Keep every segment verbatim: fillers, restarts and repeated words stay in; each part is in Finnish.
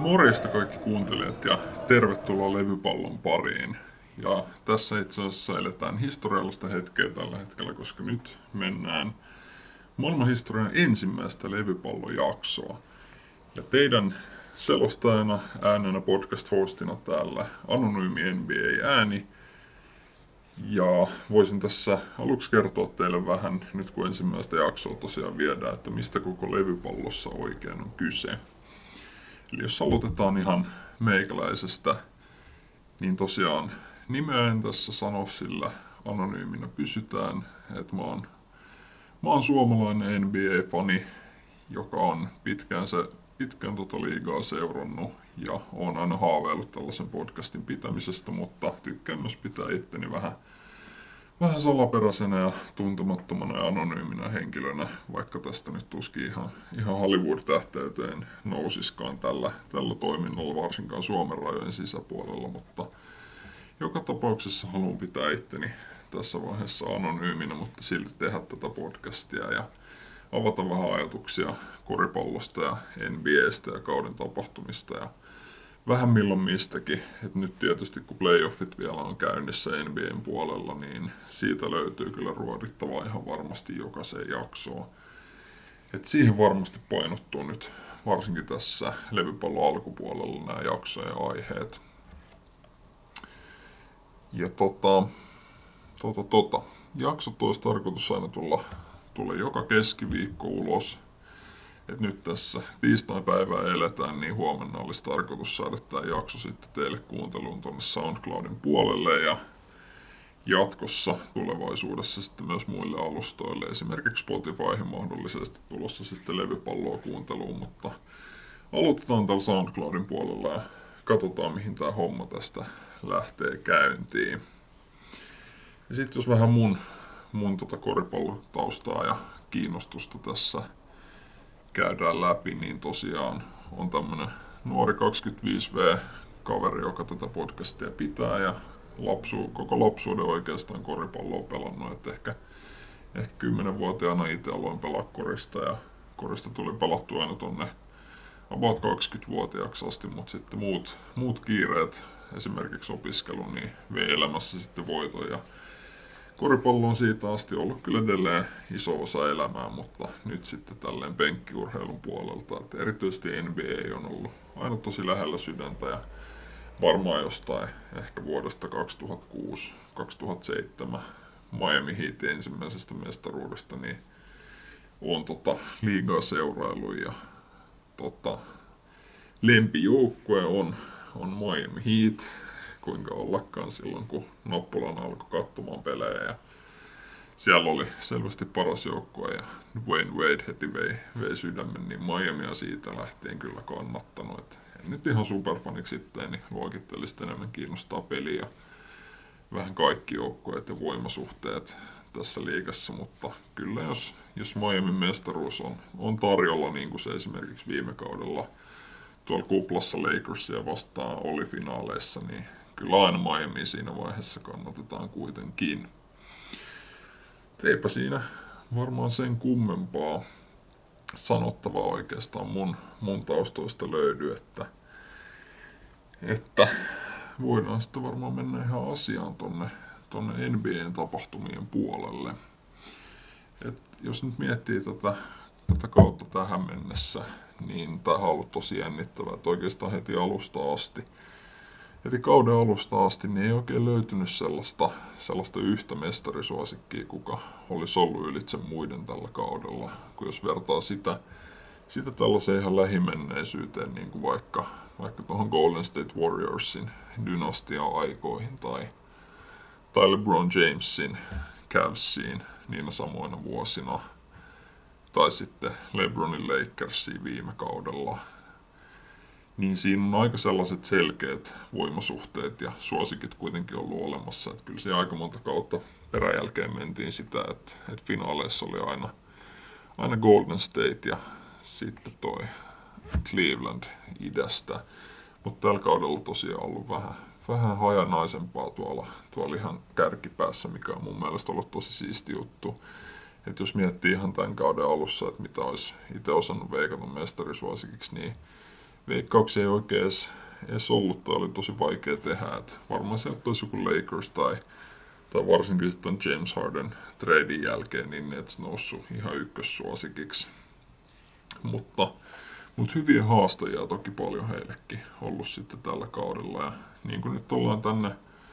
Morjesta kaikki kuuntelijat ja tervetuloa Levypallon pariin. Ja tässä itse asiassa eletään historiallista hetkeä tällä hetkellä, koska nyt mennään maailmanhistorian ensimmäistä levypallojaksoa. Ja teidän selostajana, äänenä, podcast-hostina täällä Anonyymi N B A-ääni. Ja voisin tässä aluksi kertoa teille vähän, nyt kun ensimmäistä jaksoa tosiaan viedään, että mistä koko levypallossa oikein on kyse. Eli jos aloitetaan ihan meikäläisestä, niin tosiaan nimeä en tässä sano, sillä anonyyminä pysytään. Että mä oon, mä oon suomalainen N B A-fani, joka on pitkään, se, pitkään tota liigaa seurannut ja oon aina haaveillut tällaisen podcastin pitämisestä, mutta tykkään myös pitää itteni vähän, vähän salaperäisenä ja tuntemattomana ja anonyyminä henkilönä, vaikka tästä nyt tuskin ihan, ihan Hollywood-tähteyteen nousiskaan tällä, tällä toiminnalla, varsinkaan Suomen rajojen sisäpuolella, mutta joka tapauksessa haluan pitää itteni tässä vaiheessa anonyyminä, mutta silti tehdä tätä podcastia ja avata vähän ajatuksia koripallosta ja N B A:stä ja kauden tapahtumista ja vähän milloin mistäkin. Et nyt tietysti kun playoffit vielä on käynnissä N B A:n puolella, niin siitä löytyy kyllä ruodittavaa ihan varmasti jokaiseen jaksoon. Et siihen varmasti painottuu nyt varsinkin tässä levypallon alkupuolella nämä jaksojen aiheet. Ja tota, tota, tota. Jaksot olisi tarkoitus aina tulla, tulla joka keskiviikko ulos. Et nyt tässä tiistaipäivää eletään, niin huomenna olisi tarkoitus saada tämä jakso sitten teille kuunteluun tuonne SoundCloudin puolelle ja jatkossa tulevaisuudessa sitten myös muille alustoille, esimerkiksi Spotifyhin mahdollisesti tulossa sitten levypalloa kuunteluun, mutta aloitetaan tällä SoundCloudin puolella ja katsotaan mihin tämä homma tästä lähtee käyntiin. Ja sitten jos vähän mun, mun tota koripallotaustaa ja kiinnostusta tässä käydään läpi, niin tosiaan on tämmönen nuori kaksikymmentäviisi vuotias-kaveri, joka tätä podcastia pitää ja lapsu, koko lapsuuden oikeastaan koripalloa pelannut. Et ehkä, ehkä kymmenvuotiaana itse aloin pelaa korista ja korista tuli pelattua aina tonne about kaksikymmenvuotiaaksi asti, mutta sitten muut, muut kiireet, esimerkiksi opiskelu, niin vei elämässä sitten voiton. Ja koripallo on siitä asti ollut kyllä edelleen iso osa elämää, mutta nyt sitten tälleen penkkiurheilun puolelta. Että erityisesti N B A on ollut aina tosi lähellä sydäntä ja varmaan jostain ehkä vuodesta kaksituhattakuusi kaksituhattaseitsemän Miami Heatin ensimmäisestä mestaruudesta, niin olen tota liigaa seuraillut ja tota, lempijoukkue on, on Miami Heat. Kuinka ollakaan silloin, kun Noppolan alkoi katsomaan pelejä. Ja siellä oli selvästi paras joukkue ja Wayne Wade heti vei, vei sydämen, niin Miamia siitä lähtien kyllä kannattanut. Et en nyt ihan superfaniksi itteeni luokittelisit enemmän kiinnostaa peliä. Vähän kaikki joukkueet ja voimasuhteet tässä liigassa, mutta kyllä jos, jos Miamin mestaruus on, on tarjolla, niin kuin se esimerkiksi viime kaudella tuolla kuplassa Lakersia vastaan oli finaaleissa, niin kyllä aina Miami siinä vaiheessa kannatetaan kuitenkin. Eipä siinä varmaan sen kummempaa sanottavaa oikeastaan mun, mun taustoista löydy, että, että voidaan sitten varmaan mennä ihan asiaan tonne, tonne N B A:n tapahtumien puolelle. Et jos nyt miettii tätä, tätä kautta tähän mennessä, niin tämä on ollut tosi jännittävää, että oikeastaan heti alusta asti. Heti kauden alusta asti niin ei oikein löytynyt sellaista, sellaista yhtä mestarisuosikkia, kuka olisi ollut ylitse muiden tällä kaudella. Kun jos vertaa sitä, sitä tällaiseen ihan lähimenneisyyteen, niin kuin vaikka, vaikka tuohon Golden State Warriorsin dynastia-aikoihin tai, tai LeBron Jamesin Cavsiin niinä samoina vuosina, tai sitten LeBronin Lakersiin viime kaudella, niin siinä on aika sellaiset selkeät voimasuhteet ja suosikit kuitenkin ollut olemassa. Että kyllä se aika monta kautta peräjälkeen mentiin sitä, että, että finaaleissa oli aina, aina Golden State ja sitten toi Cleveland idästä. Mutta tällä kaudella tosiaan ollut vähän, vähän hajanaisempaa tuolla, tuolla ihan kärkipäässä, mikä on mun mielestä ollut tosi siisti juttu. Että jos miettii ihan tämän kauden alussa, että mitä olisi itse osannut veikata mestarisuosikiksi, niin veikkauksia ei oikein edes, edes ollut tai oli tosi vaikea tehdä. Et varmaan sieltä olisi joku Lakers tai, tai varsinkin sitten James Harden tradein jälkeen, niin Nets noussut ihan ykkössuosikiksi. Mutta, mutta hyviä haastajia toki paljon heillekin ollut sitten tällä kaudella. Ja niin kuin nyt ollaan tänne,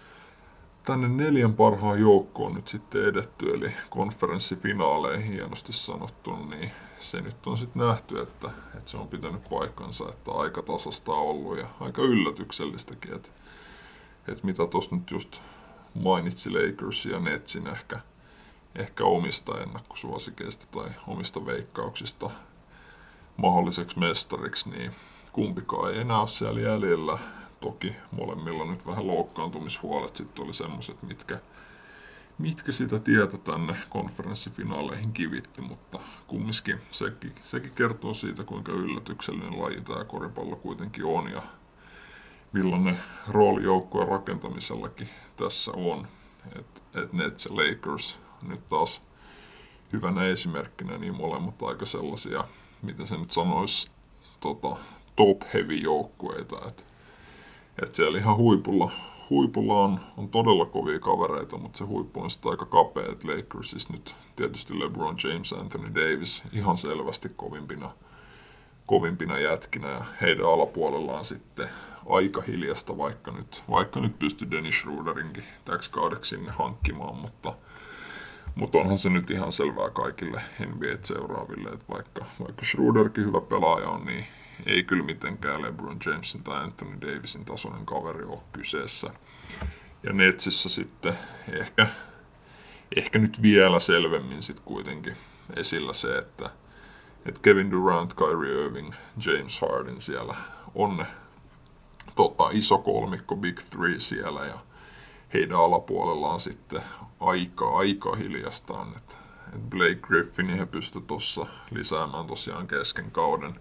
tänne neljän parhaan joukkoon nyt sitten edetty, eli konferenssifinaaleihin hienosti sanottu, niin se nyt on sitten nähty, että, että se on pitänyt paikkansa, että aika tasasta on ollut ja aika yllätyksellistäkin, että, että mitä tuossa nyt just mainitsi Lakersin ja Netsin ehkä, ehkä omista ennakkosuosikeista tai omista veikkauksista mahdolliseksi mestariksi, niin kumpikaan ei enää ole siellä jäljellä. Toki molemmilla nyt vähän loukkaantumishuolet sitten oli semmoiset, mitkä, mitkä sitä tietä tänne konferenssifinaaleihin kivitti, mutta kumminkin sekin, sekin kertoo siitä, kuinka yllätyksellinen laji tämä koripallo kuitenkin on ja millainen rooli joukkueen rakentamisellakin tässä on. Et, et Nets ja Lakers nyt taas hyvänä esimerkkinä, niin molemmat aika sellaisia, miten se nyt sanoisi, tota, top-heavy joukkueita. Et, et siellä ihan huipulla, huipulla on, on todella kovia kavereita, mutta se huippu on sitten aika kapea. Et Lakersissa nyt tietysti LeBron James, Anthony Davis ihan selvästi kovimpina, kovimpina jätkinä ja heidän alapuolellaan sitten aika hiljasta, vaikka nyt, vaikka nyt pystyi Dennis Schröderinkin täksi kaudeksi sinne hankkimaan, mutta, mutta onhan se nyt ihan selvää kaikille N B A-seuraaville, että vaikka, vaikka Schröderkin hyvä pelaaja on, niin ei kyllä mitenkään LeBron Jamesin tai Anthony Davisin tasoinen kaveri ole kyseessä. Ja Netsissä sitten ehkä, ehkä nyt vielä selvemmin sitten kuitenkin esillä se, että, että Kevin Durant, Kyrie Irving, James Harden siellä on ne tota, iso kolmikko, Big Three siellä ja heidän alapuolellaan sitten aika, aika hiljastaan. Et, et Blake Griffin he pystyi tuossa lisäämään tosiaan kesken kauden.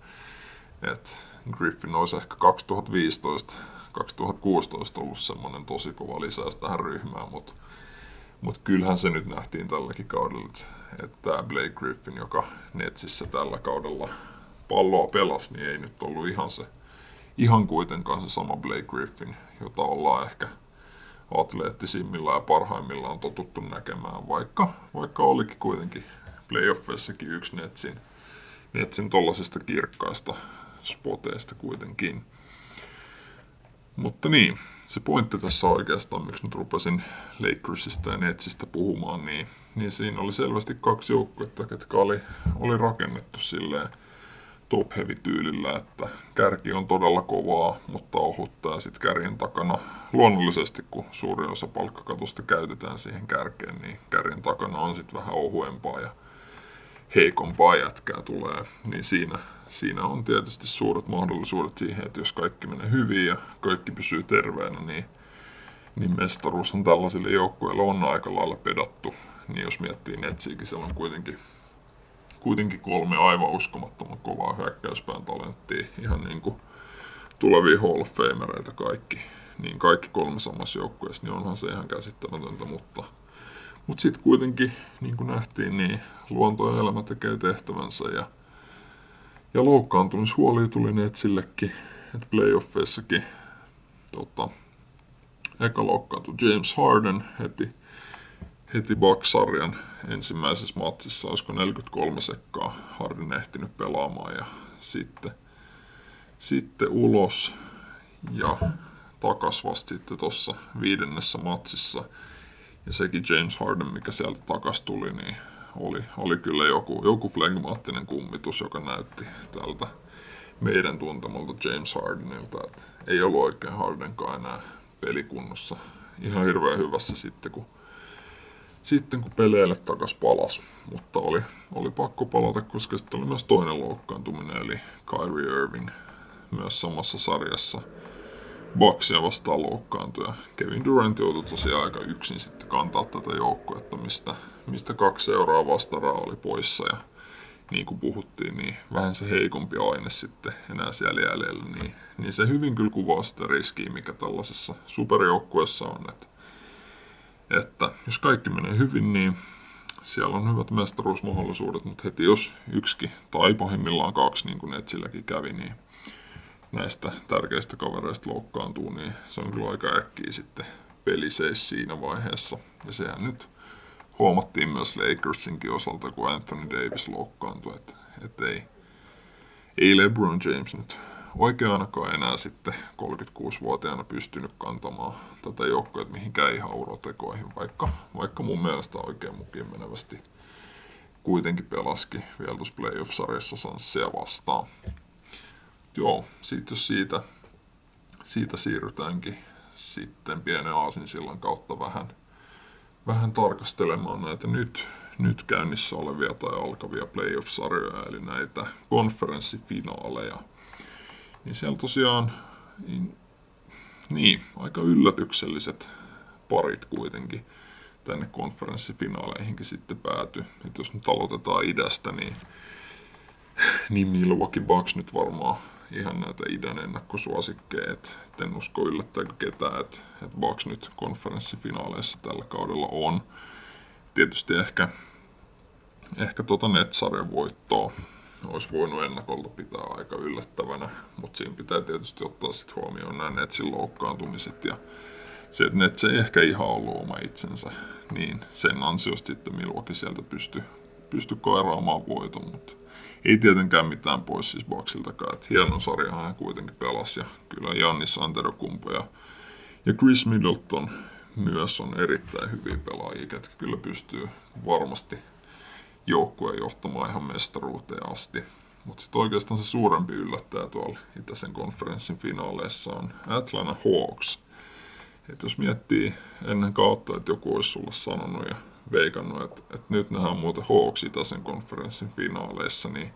Et Griffin olisi ehkä kaksituhattaviisitoista kaksituhattakuusitoista ollut semmoinen tosi kova lisäys tähän ryhmään, mutta mut kyllähän se nyt nähtiin tälläkin kaudella, että tämä Blake Griffin, joka Netsissä tällä kaudella palloa pelasi, niin ei nyt ollut ihan se ihan kuitenkaan se sama Blake Griffin, jota ollaan ehkä atleettisimmillaan ja parhaimmillaan totuttu näkemään, vaikka, vaikka olikin kuitenkin playoffeissakin yksi Netsin, Netsin tollasista kirkkaista spoteista kuitenkin. Mutta niin, se pointti tässä oikeastaan, miksi nyt rupesin Lakersista ja Netsistä puhumaan, niin, niin siinä oli selvästi kaksi joukkuetta, jotka oli, oli rakennettu silleen top-heavy-tyylillä, että kärki on todella kovaa, mutta ohuttaa ja sitten kärjen takana luonnollisesti, kun suurin osa palkkakatosta käytetään siihen kärkeen, niin kärjen takana on sitten vähän ohuempaa ja heikompaa jätkää tulee, niin siinä, siinä on tietysti suuret mahdollisuudet siihen, että jos kaikki menee hyvin ja kaikki pysyy terveenä, niin, niin mestaruushan tällaisille joukkueille on aika lailla pedattu. Niin jos miettii Netsiäkin, siellä on kuitenkin Kuitenkin kolme aivan uskomattoman kovaa hyökkäyspään talenttia, ihan niin kuin tulevia Hall of Famereita kaikki, niin kaikki kolme samassa joukkueessa, niin onhan se ihan käsittämätöntä, mutta, mutta sitten kuitenkin, niin kuin nähtiin, niin luonto ja elämä tekee tehtävänsä ja, ja loukkaantumishuolia tuli Netsillekin, että playoffeissakin tota, eka loukkaantui James Harden heti, heti Bucks-sarjan ensimmäisessä matsissa, olisiko neljäkymmentäkolme sekkaa Harden ehtinyt pelaamaan ja sitten, sitten ulos ja takas vasta sitten tuossa viidennessä matsissa. Ja sekin James Harden, mikä sieltä takas tuli, niin oli, oli kyllä joku, joku flegmaattinen kummitus, joka näytti tältä meidän tuntemalta James Hardenilta. Et ei ollut oikein Hardenkaan enää pelikunnossa ihan hirveän hyvässä sitten, kun Sitten kun peleille takas palas, mutta oli, oli pakko palata, koska sitten oli myös toinen loukkaantuminen, eli Kyrie Irving myös samassa sarjassa Bucksia vastaan loukkaantui. Ja Kevin Durant joutui tosiaan aika yksin sitten kantaa tätä joukkuetta, mistä, mistä kaksi seuraa vastaraa oli poissa. Ja niin kuin puhuttiin, niin vähän se heikompi aine sitten enää siellä jäljellä, niin, niin se hyvin kyllä kuvaa sitä riskiä, mikä tällaisessa superjoukkueessa on. Että Että jos kaikki menee hyvin, niin siellä on hyvät mestaruusmahdollisuudet, mutta heti jos yksikin tai pahimmillaan kaksi, niin kuin Netsilläkin kävi, niin, näistä tärkeistä kavereista loukkaantuu, niin se on kyllä aika äkkiä sitten peli seis siinä vaiheessa. Ja sehän nyt huomattiin myös Lakersinkin osalta, kun Anthony Davis loukkaantui, että et ei, ei LeBron James nyt oikein ainakaan enää sitten kolmekymmentäkuusivuotiaana pystynyt kantamaan tätä joukkoa mihinkään ihan urotekoihin, vaikka, vaikka mun mielestä oikein mukin menevästi kuitenkin pelaski vielä tuossa playoff-sarjassa Sunssia vastaan. Joo, sitten jos siitä, siitä siirrytäänkin sitten pienen aasinsillan kautta vähän, vähän tarkastelemaan näitä nyt, nyt käynnissä olevia tai alkavia playoff-sarjoja, eli näitä konferenssifinaaleja. Niin siellä tosiaan niin, niin, aika yllätykselliset parit kuitenkin tänne konferenssifinaaleihinkin sitten päätyi. Et jos nyt aloitetaan idästä, niin, niin Milwaukee Bucks nyt varmaan ihan näitä idän ennakkosuosikkeja. Et en usko yllättääkö ketään, että et Bucks nyt konferenssifinaaleissa tällä kaudella on. Tietysti ehkä, ehkä tuota Nets-sarjan voittoa olisi voinut ennakolta pitää aika yllättävänä, mutta siinä pitää tietysti ottaa sitten huomioon nämä Netsin loukkaantumiset ja se, että Nets ei ehkä ihan ollut oma itsensä, niin sen ansiosta sitten Milwaukee sieltä pystyi pysty kairaamaan voiton, mutta ei tietenkään mitään pois siis Bucksiltakaan, että hienon sarjahan hän kuitenkin pelasi ja kyllä Giannis Antetokounmpo ja, ja Chris Middleton myös on erittäin hyviä pelaajia, ketkä kyllä pystyy varmasti joukkueen johtamaan ihan mestaruuteen asti. Mutta sitten oikeastaan se suurempi yllättäjä tuolla itäisen konferenssin finaaleissa on Atlanta Hawks. Et jos miettii ennen kautta, että joku olisi sulle sanonut ja veikannut, että, että nyt nähdään muuten Hawks itäisen konferenssin finaaleissa, niin,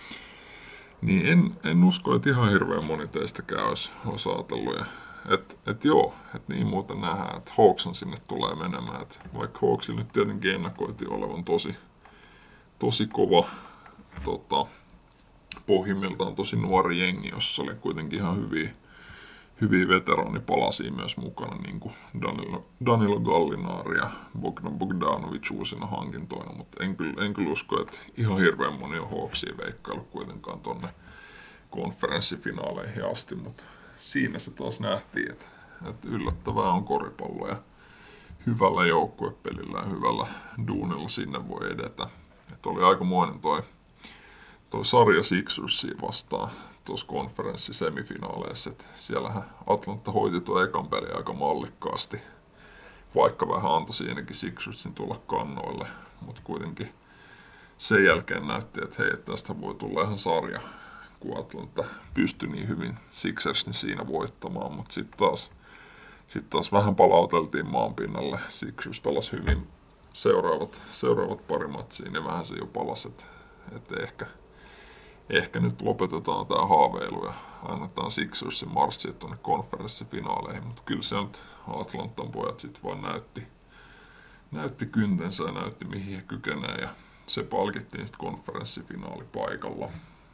niin en, en usko, että ihan hirveän moni teistäkään olisi, olisi ajatellut. Että et joo, että niin muuten nähdään, että Hawks on sinne tulee menemään. Et vaikka Hawksin nyt tietenkin ennakoitiin olevan tosi tosi kova, tota, pohjimmiltaan tosi nuori jengi, jossa oli kuitenkin ihan hyviä, hyviä veteraanipalasia myös mukana, niin kuin Danilo, Danilo Gallinari ja Bogdan Bogdanovic uusina hankintoina, mutta en kyllä, en kyllä usko, että ihan hirveän moni on Hawksia veikkailu kuitenkaan tonne konferenssifinaaleihin asti, mutta siinä se taas nähtiin, että, että yllättävää on koripallo ja hyvällä joukkuepelillä ja hyvällä duunilla sinne voi edetä. Että oli aikamoinen toi, toi sarja Sixersia vastaan tuossa konferenssisemifinaaleissa. Että siellähän Atlanta hoiti tuo ekan peli aika mallikkaasti, vaikka vähän antoi siinäkin Sixersin tulla kannoille. Mutta kuitenkin sen jälkeen näytti, että hei, tästä voi tulla ihan sarja, kun Atlanta pystyi niin hyvin Sixers niin siinä voittamaan. Mutta sitten taas, sit taas vähän palauteltiin maanpinnalle. Sixers pelasi hyvin seuraavat, seuraavat pari matsia, niin vähän se jo palasi, että, että ehkä, ehkä nyt lopetetaan tämä haaveilu ja annetaan Sixersin marssia tuonne konferenssifinaaleihin, mutta kyllä se nyt Atlantan pojat sitten vaan näytti, näytti kyntensä ja näytti mihin he kykenee ja se palkittiin sitten konferenssifinaalipaikalla,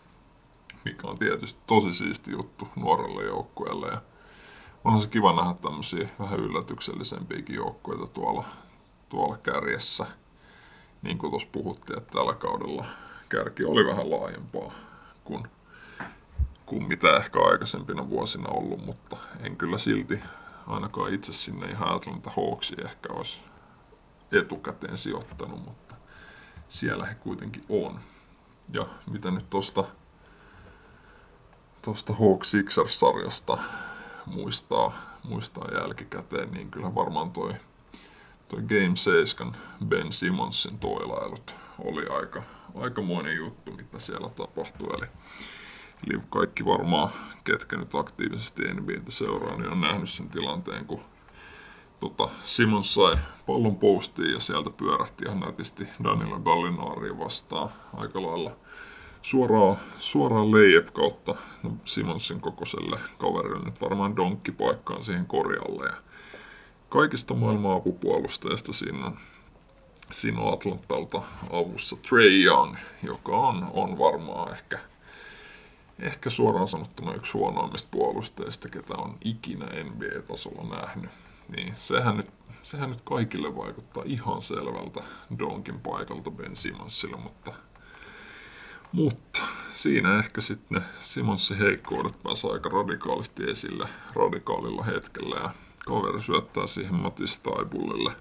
mikä on tietysti tosi siisti juttu nuorelle joukkueelle ja onhan se kiva nähdä tämmöisiä vähän yllätyksellisempiäkin joukkueita tuolla tuolla kärjessä, niin kuin tuossa puhuttiin, että tällä kaudella kärki oli vähän laajempaa kuin, kuin mitä ehkä aikaisempina vuosina ollut, mutta en kyllä silti ainakaan itse sinne ihan Atlanta Hawksia ehkä olisi etukäteen sijoittanut, mutta siellä he kuitenkin on. Ja mitä nyt tuosta tosta Hawks Sixers-sarjasta muistaa, muistaa jälkikäteen, niin kyllä varmaan toi Toi Game seitsemän Ben Simmonsin toilailut oli aika, aikamoinen juttu, mitä siellä tapahtui. Eli, eli kaikki varmaan, ketkä nyt aktiivisesti N B A:tä seuraa, niin on nähnyt sen tilanteen, kun tota, Simmons sai pallon postiin ja sieltä pyörähti ihan nätisti Danilo Gallinariin vastaan aika lailla suoraan, suoraan layup kautta no, Simmonsin kokoiselle kaverille nyt varmaan donkkipaikkaan siihen korjalle. Ja kaikista maailman apupuolustajista siinä on, siinä on Atlantalta avussa Trae Young, joka on, on varmaan ehkä, ehkä suoraan sanottuna yksi huonoimmista puolustajista, ketä on ikinä N B A-tasolla nähnyt. Niin sehän nyt, sehän nyt kaikille vaikuttaa ihan selvältä Donkin paikalta Ben Simmonsille, mutta, mutta siinä ehkä sitten ne Simonsin heikkoudet pääsi aika radikaalisti esille radikaalilla hetkellä ja kaveri syöttää siihen Mattis Taibullille.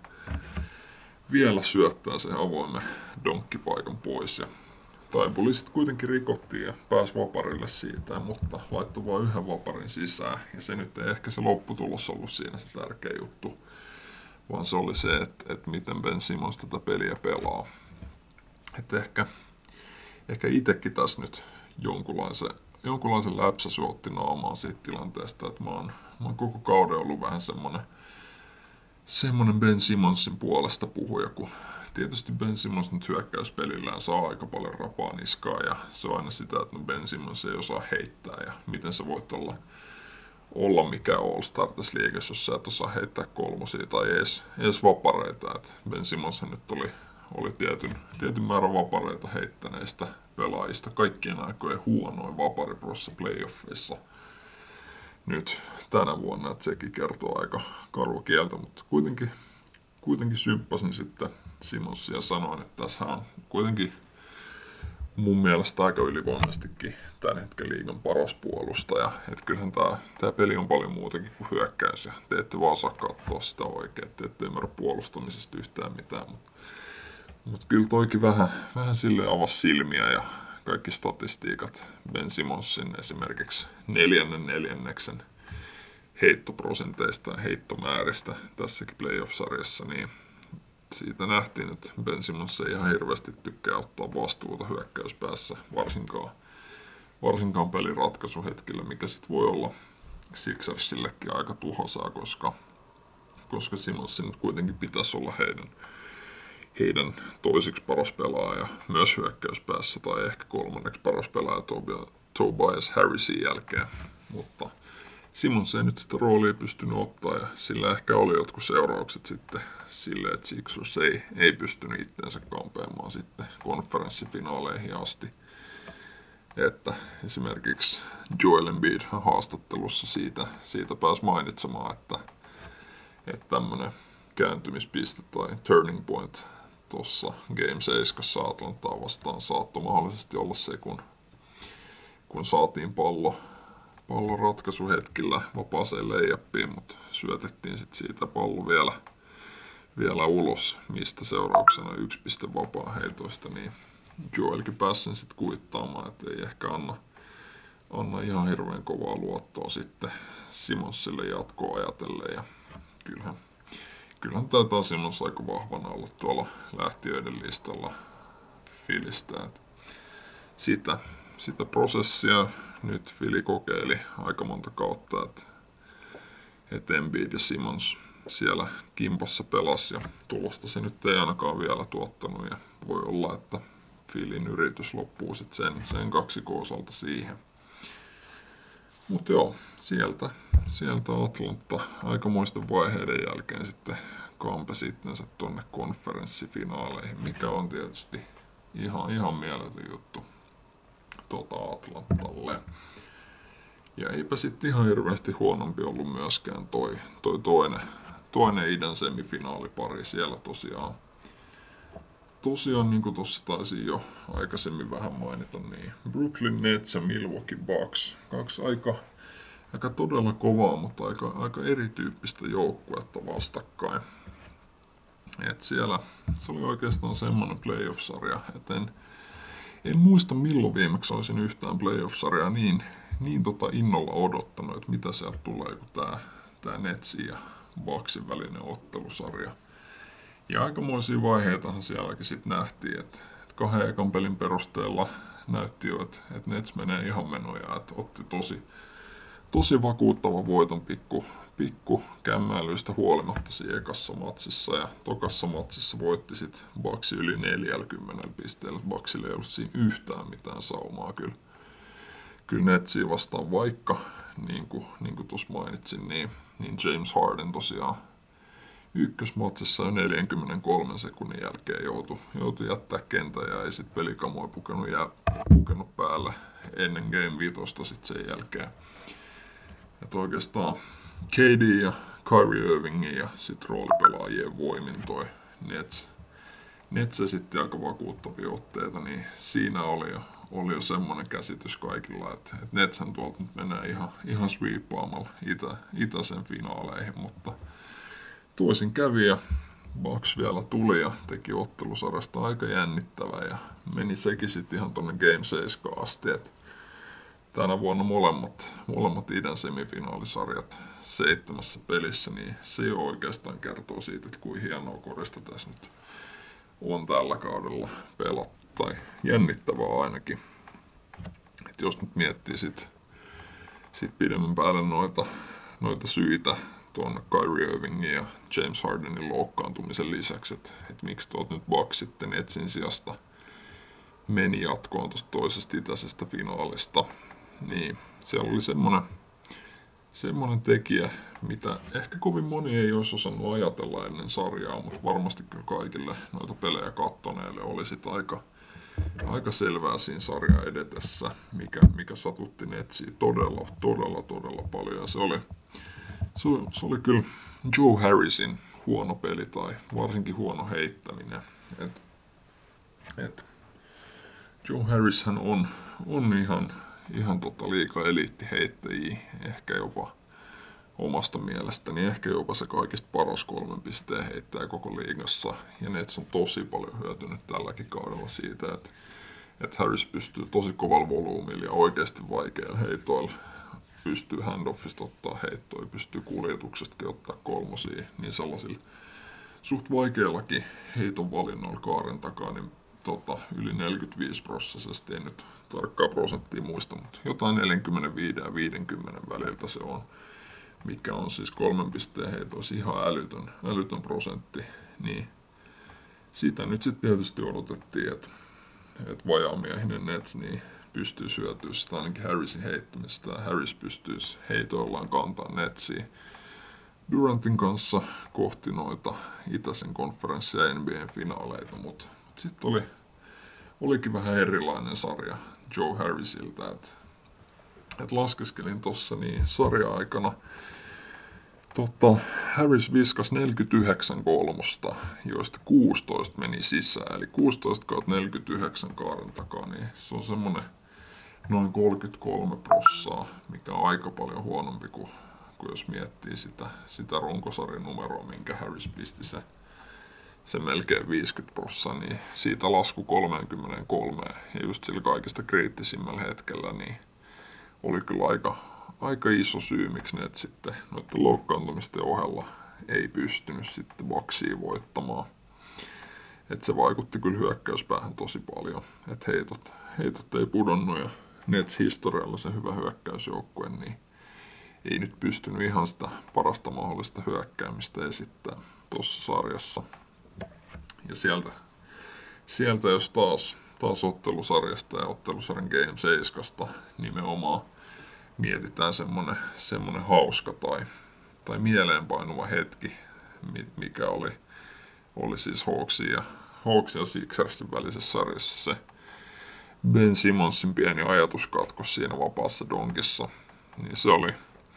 Vielä syöttää sen avoimen donkkipaikan pois ja Taibuli sitten kuitenkin rikottiin ja pääsi vaparille siitä, mutta laittoi vain yhden vaparin sisään ja se nyt ei ehkä se lopputulos ollut siinä se tärkeä juttu, vaan se oli se, että, että miten Ben Simmons tätä peliä pelaa. Että ehkä, ehkä itsekin tässä nyt jonkunlaisen, jonkunlaisen läpsäsy otti naamaan siitä tilanteesta, että mä oon, mä oon koko kauden ollut vähän semmonen, semmonen Ben Simmonsin puolesta puhuja, kun tietysti Ben Simmons nyt hyökkäyspelillään saa aika paljon rapaa niskaa ja se on aina sitä, että no Ben Simmons ei osaa heittää ja miten sä voit olla, olla mikä All-Star tässä liigassa, jos sä et osaa heittää kolmosia tai edes, edes vapareita. Et Ben Simmons nyt oli, oli tietyn, tietyn määrän vapareita heittäneistä pelaajista kaikkien aikojen huonoin vapariprossa playoffeissa nyt tänä vuonna, että sekin kertoo aika karua kieltä, mutta kuitenkin, kuitenkin symppasin sitten Simmonsia ja sanoin, että tässä on kuitenkin mun mielestä aika ylivoimaisestikin tämän hetken liigan paras puolustaja. Että kyllähän tää, tää peli on paljon muutakin kuin hyökkäys ja te ette vaan saa katsoa sitä oikein, te ette ymmärrä puolustamisesta yhtään mitään. Mutta mut kyllä toikin vähän, vähän silleen avasi silmiä ja kaikki statistiikat Ben Simmonsin esimerkiksi neljännen neljänneksen heittoprosenteista ja heittomääristä tässäkin playoff-sarjassa, niin siitä nähtiin, että Ben Simmons ei ihan hirveästi tykkää ottaa vastuuta hyökkäyspäässä, varsinkaan, varsinkaan pelin ratkaisuhetkillä, mikä sitten voi olla Sixersillekin aika tuhoisaa, koska, koska Simmonsin nyt kuitenkin pitäisi olla heidän, heidän toisiksi paras pelaaja myös hyökkäyspäässä tai ehkä kolmanneksi paras pelaaja Tobias Harrisin jälkeen, mutta Simmons ei nyt sitä roolia pystynyt ottaa ja sillä ehkä oli jotkut seuraukset sitten sille, että Sixers ei, ei pystynyt itseensä kampeamaan sitten konferenssifinaaleihin asti. Että esimerkiksi Joel Embiid haastattelussa siitä, siitä pääsi mainitsemaan, että, että tämmöinen kääntymispiste tai turning point tuossa Game seitsemän Atlantaa vastaan saattoi mahdollisesti olla se, kun, kun saatiin pallo pallon ratkaisuhetkillä vapaaseen layupiin, mutta syötettiin sit siitä pallo vielä, vielä ulos, mistä seurauksena yksi piste vapaa heitoista, niin Joelkin pääsi sen sitten kuittaamaan, että ei ehkä anna, anna ihan hirveän kovaa luottoa sitten Simmonsille jatkoa ajatellen. Ja kyllähän, kyllähän taitaa Simmons aika vahvana olla tuolla lähtiöiden listalla Filistä. Sitä, sitä prosessia nyt Fili kokeili aika monta kautta, että, että Embiid ja Simmons siellä kimpassa pelasi ja tulosta se nyt ei ainakaan vielä tuottanut ja voi olla, että Filin yritys loppuu sitten sen, sen kaksikoosalta siihen. Mutta joo, sieltä, sieltä Atlanta aikamoisten vaiheiden jälkeen sitten kampesi itsensä tonne konferenssifinaaleihin, mikä on tietysti ihan, ihan mieletön juttu tuota Atlantalle. Ja eipä sitten ihan hirveästi huonompi ollut myöskään toi, toi toinen, toinen idän semifinaalipari siellä tosiaan. Tosiaan, niin kuin tuossa taisin jo aikaisemmin vähän mainita, niin Brooklyn Nets ja Milwaukee Bucks. Kaksi aika, aika todella kovaa, mutta aika, aika erityyppistä joukkuetta vastakkain. Et siellä se oli oikeastaan semmoinen playoff-sarja, että en, en muista milloin viimeksi olisin yhtään playoff-sarjaa niin, niin tota innolla odottanut, että mitä sieltä tulee, kun tää, tää Netsin ja Bucksin välinen ottelusarja. Ja aikamoisia vaiheitahan sielläkin sitten nähtiin, että, että kahden ekan pelin perusteella näytti jo, että, että Nets menee ihan menoja, että otti tosi, tosi vakuuttavan voiton pikku, pikku kämmäilyistä huolimatta siinä ekassa matsissa. Ja tokassa matsissa voitti sitten Bucks yli neljäkymmentä pisteellä. Bucksille ei ollut siinä yhtään mitään saumaa kyllä. Kyllä Netsiä vastaan vaikka, niin kuin, niin kuin tuossa mainitsin, niin, niin James Harden tosiaan ykkösmatsissa jo neljänkymmenenkolmen sekunnin jälkeen joutui, joutui jättää kentän ja ei sitten pelikamoja pukenut, jää, pukenut päälle ennen Game viitosta sitten sen jälkeen. Et oikeastaan K D ja Kyrie Irvingin ja sitten roolipelaajien voimin toi Nets. Nets esitti aika vakuuttavia otteita, niin siinä oli jo oli jo semmoinen käsitys kaikilla, että, että Netshän tuolta nyt menee ihan, ihan sweepaamalla itä, itäisen finaaleihin, mutta toisin kävi ja Bucks vielä tuli ja teki ottelusarjasta aika jännittävää ja meni sekin sitten ihan tonne Game seitsemän asti, että tänä vuonna molemmat, molemmat idän semifinaalisarjat seitsemässä pelissä, niin se jo oikeastaan kertoo siitä, että kuin hienoa korista tässä nyt on tällä kaudella pelattu, tai jännittävää ainakin. Et jos nyt miettii sit, sit pidemmän päälle noita, noita syitä tuon Kyrie Irvingin ja James Hardenin loukkaantumisen lisäksi, että et miksi tuolta nyt Bucks sitten Netsin sijasta meni jatkoon tuosta toisesta itäisestä finaalista, niin siellä oli semmoinen semmoinen tekijä, mitä ehkä kovin moni ei olisi osannut ajatella ennen sarjaa, mutta varmasti kyllä kaikille noita pelejä kattoneille oli sit aika, aika selvää siinä sarjaa edetessä, mikä, mikä satutti Netsiä todella, todella, todella paljon. Ja se oli, se, se oli kyllä Joe Harrisin huono peli tai varsinkin huono heittäminen. Et, et Joe Harrishän on, on ihan ihan tota liiga eliittiheittäjiä, ehkä jopa omasta mielestäni, ehkä jopa se kaikista paras kolmen pisteen heittäjä koko liigassa. Ja Nets on tosi paljon hyötynyt tälläkin kaudella siitä, että, että Harris pystyy tosi kovalla volyymilla ja oikeasti vaikeilla heitoilla. Pystyy handoffista ottaa heittoja, pystyy kuljetuksestakin ottaa kolmosia, niin sellaisilla suht vaikeillakin heiton valinnoilla kaaren takaa, niin tota, yli neljäkymmentäviisi prosenttia, ei nyt tarkkaa prosenttia muista, mutta jotain neljäkymmentäviisi ja viisikymmentä väliltä se on, mikä on siis kolmen pisteen heitoissa ihan älytön, älytön prosentti, niin sitä nyt sitten tietysti odotettiin, että, että vajaamiehinen Nets niin pystyy syötyä sitä ainakin Harrisin heittämistä, ja Harris pystyisi heitoillaan kantaa Netsiä Durantin kanssa kohti noita itäisen konferenssin ja N B A-finaaleita, mutta sitten oli, olikin vähän erilainen sarja Joe Harrisilta, että et laskeskelin tuossa niin sarja-aikana tota, Harris viskas neljäkymmentäyhdeksän kolmosta, joista kuusitoista meni sisään, eli kuusitoista kautta neljäkymmentäyhdeksän kaaren takaa, niin se on semmoinen noin kolmekymmentäkolme prosenttia, mikä on aika paljon huonompi kuin, kuin jos miettii sitä, sitä runkosarjan numeroa, minkä Harris pisti se se melkein viisikymmentä prosenttia, niin siitä lasku kolmekymmentäkolme ja just sillä kaikista kriittisimmällä hetkellä niin oli kyllä aika, aika iso syy, miksi ne sitten noiden loukkaantumisten ohella ei pystynyt sitten Bucksia voittamaan. Et se vaikutti kyllä hyökkäyspäähän tosi paljon, että heitot, heitot ei pudonnut ja Nets historialla se hyvä hyökkäysjoukkue niin ei nyt pystynyt ihan sitä parasta mahdollista hyökkäämistä esittää tuossa sarjassa. Ja sieltä, sieltä jos taas, taas ottelusarjasta ja ottelusarjan Game seitsemästä nimenomaan mietitään semmonen, semmonen hauska tai, tai mieleenpainuva hetki, mikä oli, oli siis Hawksin ja, Hawksin ja Sixersin välisessä sarjassa se Ben Simmonsin pieni ajatuskatkos siinä vapaassa donkissa, niin se oli,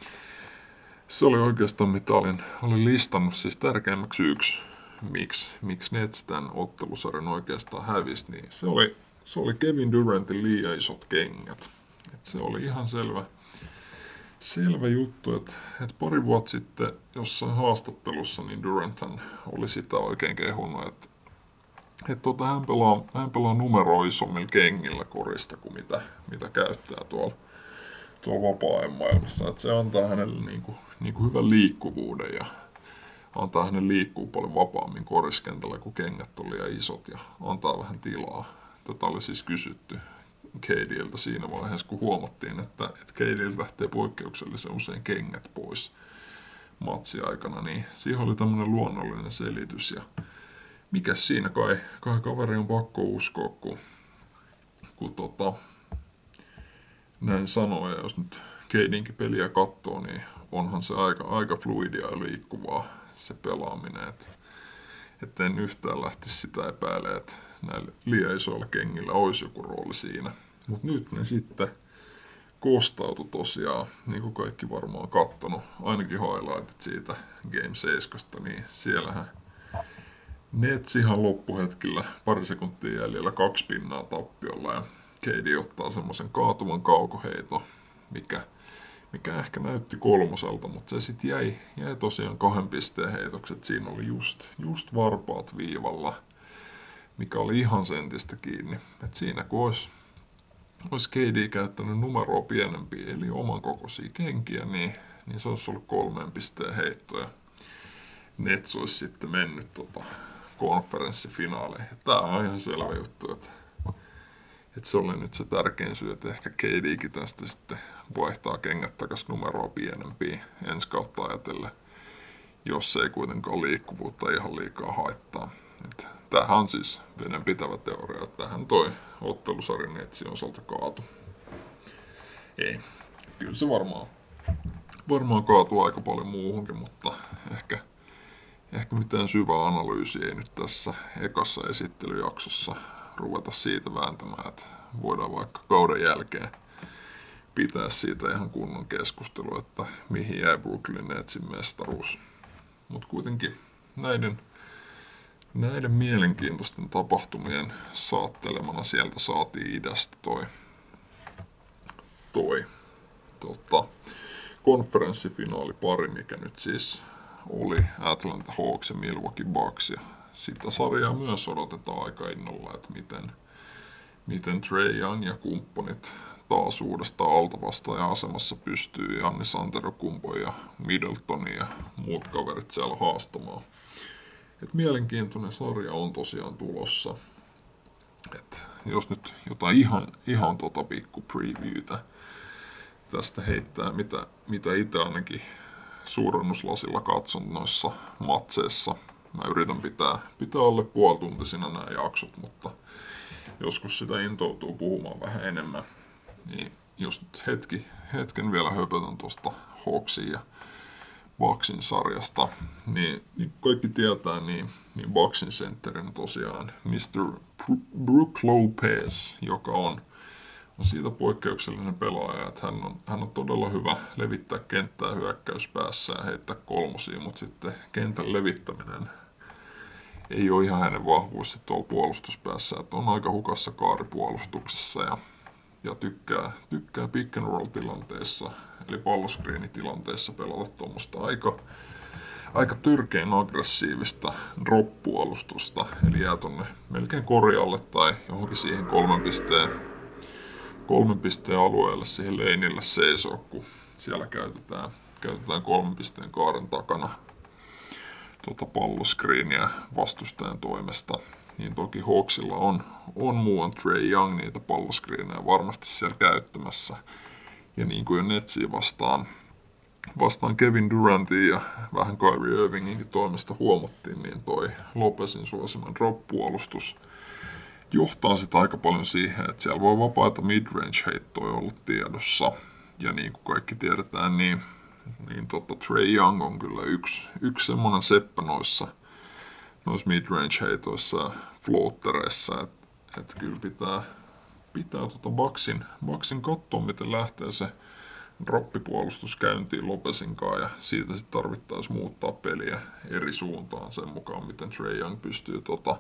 se oli oikeastaan mitä olin, olin listannut siis tärkeimmäksi yksi. Miksi, miksi Nets tämän ottelusarjan oikeastaan hävisi, niin se oli, se oli Kevin Durantin liian isot kengät. Et se oli ihan selvä, selvä juttu, että et pari vuotta sitten jossain haastattelussa niin Duranthan oli sitä oikein kehunut, että et tota, hän, pelaa, hän pelaa numeroa isommilla kengillä korista kuin mitä, mitä käyttää tuolla, tuolla vapaa-ajan maailmassa. Et se antaa hänelle niinku, niinku hyvän liikkuvuuden ja antaa hänen liikkuu paljon vapaammin koriskentällä, kun kengät on liian isot ja antaa vähän tilaa. Tätä oli siis kysytty K D:ltä siinä vaiheessa, kun huomattiin, että, että K D:ltä lähtee poikkeuksellisen usein kengät pois matsiaikana, niin siihen oli tämmöinen luonnollinen selitys. Ja mikä siinä kai, kai kaveri on pakko uskoa, kun, kun tota, näin sanoo, ja jos nyt K D:nkin peliä katsoo, niin onhan se aika, aika fluidia ja liikkuvaa se pelaaminen, että et en yhtään lähtisi sitä epäilemään, että näillä liian isoilla kengillä olisi joku rooli siinä. Mutta nyt ne sitten kostautui tosiaan, niin kuin kaikki varmaan kattonut, ainakin highlightit siitä Game seitsemästä, niin siellähän Nets ihan loppuhetkillä pari sekuntia jäljellä kaksi pinnaa tappiolla ja K D ottaa semmoisen kaatuvan kaukoheiton, mikä, mikä ehkä näytti kolmoselta, mutta se sitten jäi, jäi tosiaan kahden pisteen heitokset. Siinä oli just, just varpaat viivalla, mikä oli ihan sentistä kiinni. Et siinä kun olisi, olisi K D käyttänyt numeroa pienempiä, eli oman kokoisia kenkiä, niin, niin se olisi ollut kolmeen pisteen heitto. Ja Nets olisi sitten mennyt tota konferenssifinaaleihin. Tää on ihan selvä juttu, että, että se oli nyt se tärkein syy, että ehkä K D:kin tästä sitten vaihtaa kengät takaisin numeroa pienempiin ensi kautta ajatellen, jos ei kuitenkaan liikkuvuutta ihan liikaa haittaa. Että tämähän on siis vedenpitävä teoria, että tähän toi ottelusarjan Netsin osalta kaatu. Ei, kyllä se varmaan, varmaan kaatuu aika paljon muuhunkin, mutta ehkä Ehkä mitään syvää analyysiä ei nyt tässä ekassa esittelyjaksossa ruveta siitä vääntämään, että voidaan vaikka kauden jälkeen pitää siitä ihan kunnon keskustelua, että mihin jäi Brooklyn Netsin mestaruus. Mutta kuitenkin näiden, näiden mielenkiintoisten tapahtumien saattelemana sieltä saatiin idästä toi, toi tota, konferenssifinaalipari, mikä nyt siis oli Atlanta Hawks ja Milwaukee Bucks, ja sitä sarjaa myös odotetaan aika innolla, että miten, miten Trae Young ja kumppanit taas uudestaan altavastaaja-asemassa pystyy Giannis Antetokounmpo ja Middleton ja muut kaverit siellä haastamaan. Et mielenkiintoinen sarja on tosiaan tulossa. Et jos nyt jotain ihan, ihan tota pikku previewtä tästä heittää, mitä, mitä itse ainakin suurennuslasilla katson noissa matseissa. Mä yritän pitää, pitää alle puolituntisina nämä jaksot, mutta joskus sitä intoutuu puhumaan vähän enemmän. Niin jos nyt hetki, hetken vielä höpötän tuosta Hawksin ja Bucksin sarjasta, niin, niin kaikki tietää, niin, niin Bucksin sentterinä tosiaan mister Brook Lopez, joka on on siitä poikkeuksellinen pelaaja, että hän on, hän on todella hyvä levittää kenttää hyökkäyspäässä ja heittää kolmosia, mutta sitten kentän levittäminen ei ole ihan hänen vahvuus tuolla puolustuspäässä, että on aika hukassa kaaripuolustuksessa ja, ja tykkää, tykkää pick and roll tilanteessa, eli palloskriinitilanteessa pelata tuommoista aika, aika törkein aggressiivista drop-puolustusta, eli jää tonne melkein korjalle tai johonkin siihen kolmen pisteen kolmen pisteen alueelle siihen leinille seisoo, kun siellä käytetään, käytetään kolmen pisteen kaaren takana tuota palloskriiniä vastustajan toimesta. Niin toki Hawksilla on, on muuan Trae Young niitä palloskriinejä varmasti siellä käyttämässä. Ja niin kuin jo Netsiä vastaan, vastaan Kevin Durantin ja vähän Kyrie Irvinginkin toimesta huomattiin, niin toi Lopezin suosima drop-puolustus johtaa sitä aika paljon siihen, että siellä voi vapaita midrange-heittoja olla tiedossa. Ja niin kuin kaikki tiedetään, niin, niin tota Trae Young on kyllä yksi, yksi semmoinen seppä noissa, noissa midrange-heitoissa ja floattereissa, että et kyllä pitää, pitää tota Bucksin, Bucksin katsoa, miten lähtee se droppipuolustus käyntiin Lopezin kanssa, ja siitä sitten tarvittaisiin muuttaa peliä eri suuntaan sen mukaan, miten Trae Young pystyy tota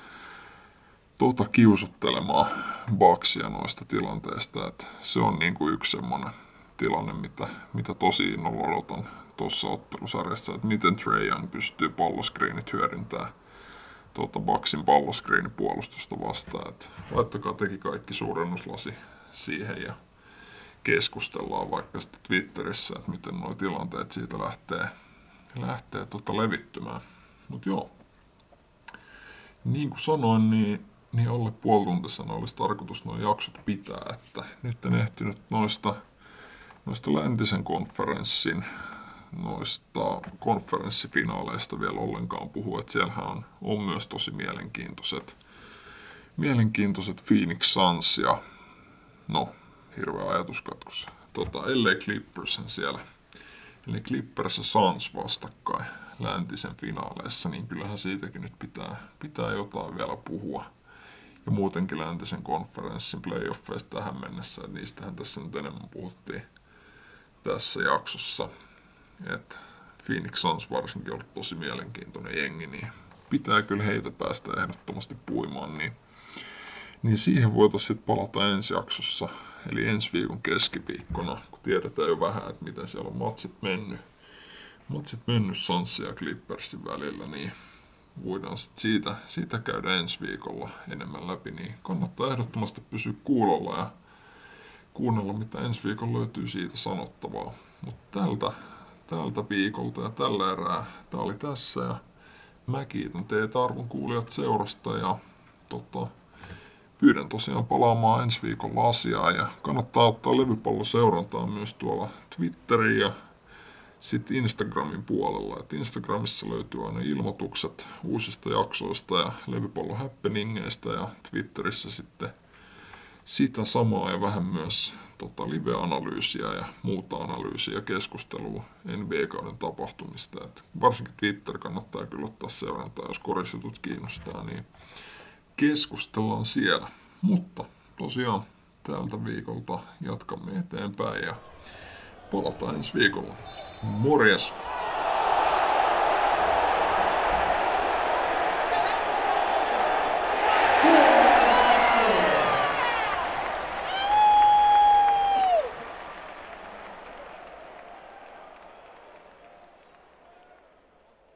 Tota kiusottelemaan Bucksia noista tilanteista, että se on niin kuin yksi semmoinen tilanne, mitä, mitä tosi innolla odotan tuossa ottelusarjassa, että miten Trae Young pystyy palloskriinit hyödyntämään tuota Bucksin palloskriinipuolustusta vastaan, että laittakaa teki kaikki suurennuslasi siihen ja keskustellaan vaikka sitten Twitterissä, että miten nuo tilanteet siitä lähtee, lähtee tota levittymään, mutta joo. Niin kuin sanoin, niin niin alle puolituntisena olisi tarkoitus nuo jaksot pitää, että nyt en ehtinyt noista, noista läntisen konferenssin, noista konferenssifinaaleista vielä ollenkaan puhua, että siellähän on, on myös tosi mielenkiintoiset, mielenkiintoiset Phoenix Suns ja no, hirveä ajatuskatkos, tota, L A Clippers siellä, eli Clippers ja Suns vastakkain läntisen finaaleissa, niin kyllähän siitäkin nyt pitää, pitää jotain vielä puhua. Ja muutenkin läntisen konferenssin playoffeista tähän mennessä, että niistähän tässä nyt enemmän puhuttiin tässä jaksossa. Et Phoenix Suns varsinkin on ollut tosi mielenkiintoinen jengi, niin pitää kyllä heitä päästä ehdottomasti puimaan, niin, Niin siihen voitaisiin sitten palata ensi jaksossa, eli ensi viikon keskiviikkona, kun tiedetään jo vähän, että miten siellä on matsit mennyt. Matsit mennyt Sunsin ja Clippersin välillä, niin voidaan sitten siitä, siitä käydä ensi viikolla enemmän läpi, niin kannattaa ehdottomasti pysyä kuulolla ja kuunnella, mitä ensi viikolla löytyy siitä sanottavaa. Mutta tältä, tältä viikolta ja tällä erää tää oli tässä, ja mä kiitän teitä arvon kuulijat seurasta, ja tota, pyydän tosiaan palaamaan ensi viikolla asiaa, ja kannattaa ottaa levypalloseurantaa myös tuolla Twitterin ja sitten Instagramin puolella. Et Instagramissa löytyy aina ilmoitukset uusista jaksoista ja levypallon happeningeista, ja Twitterissä sitten sitä samaa ja vähän myös tota, live-analyysiä ja muuta analyysiä ja keskustelua N B A-kauden tapahtumista. Et varsinkin Twitter kannattaa kyllä ottaa seurantaa, jos korisjutut kiinnostaa, niin keskustellaan siellä. Mutta tosiaan tältä viikolta jatkamme eteenpäin ja palataan ensi viikolla. Morjes!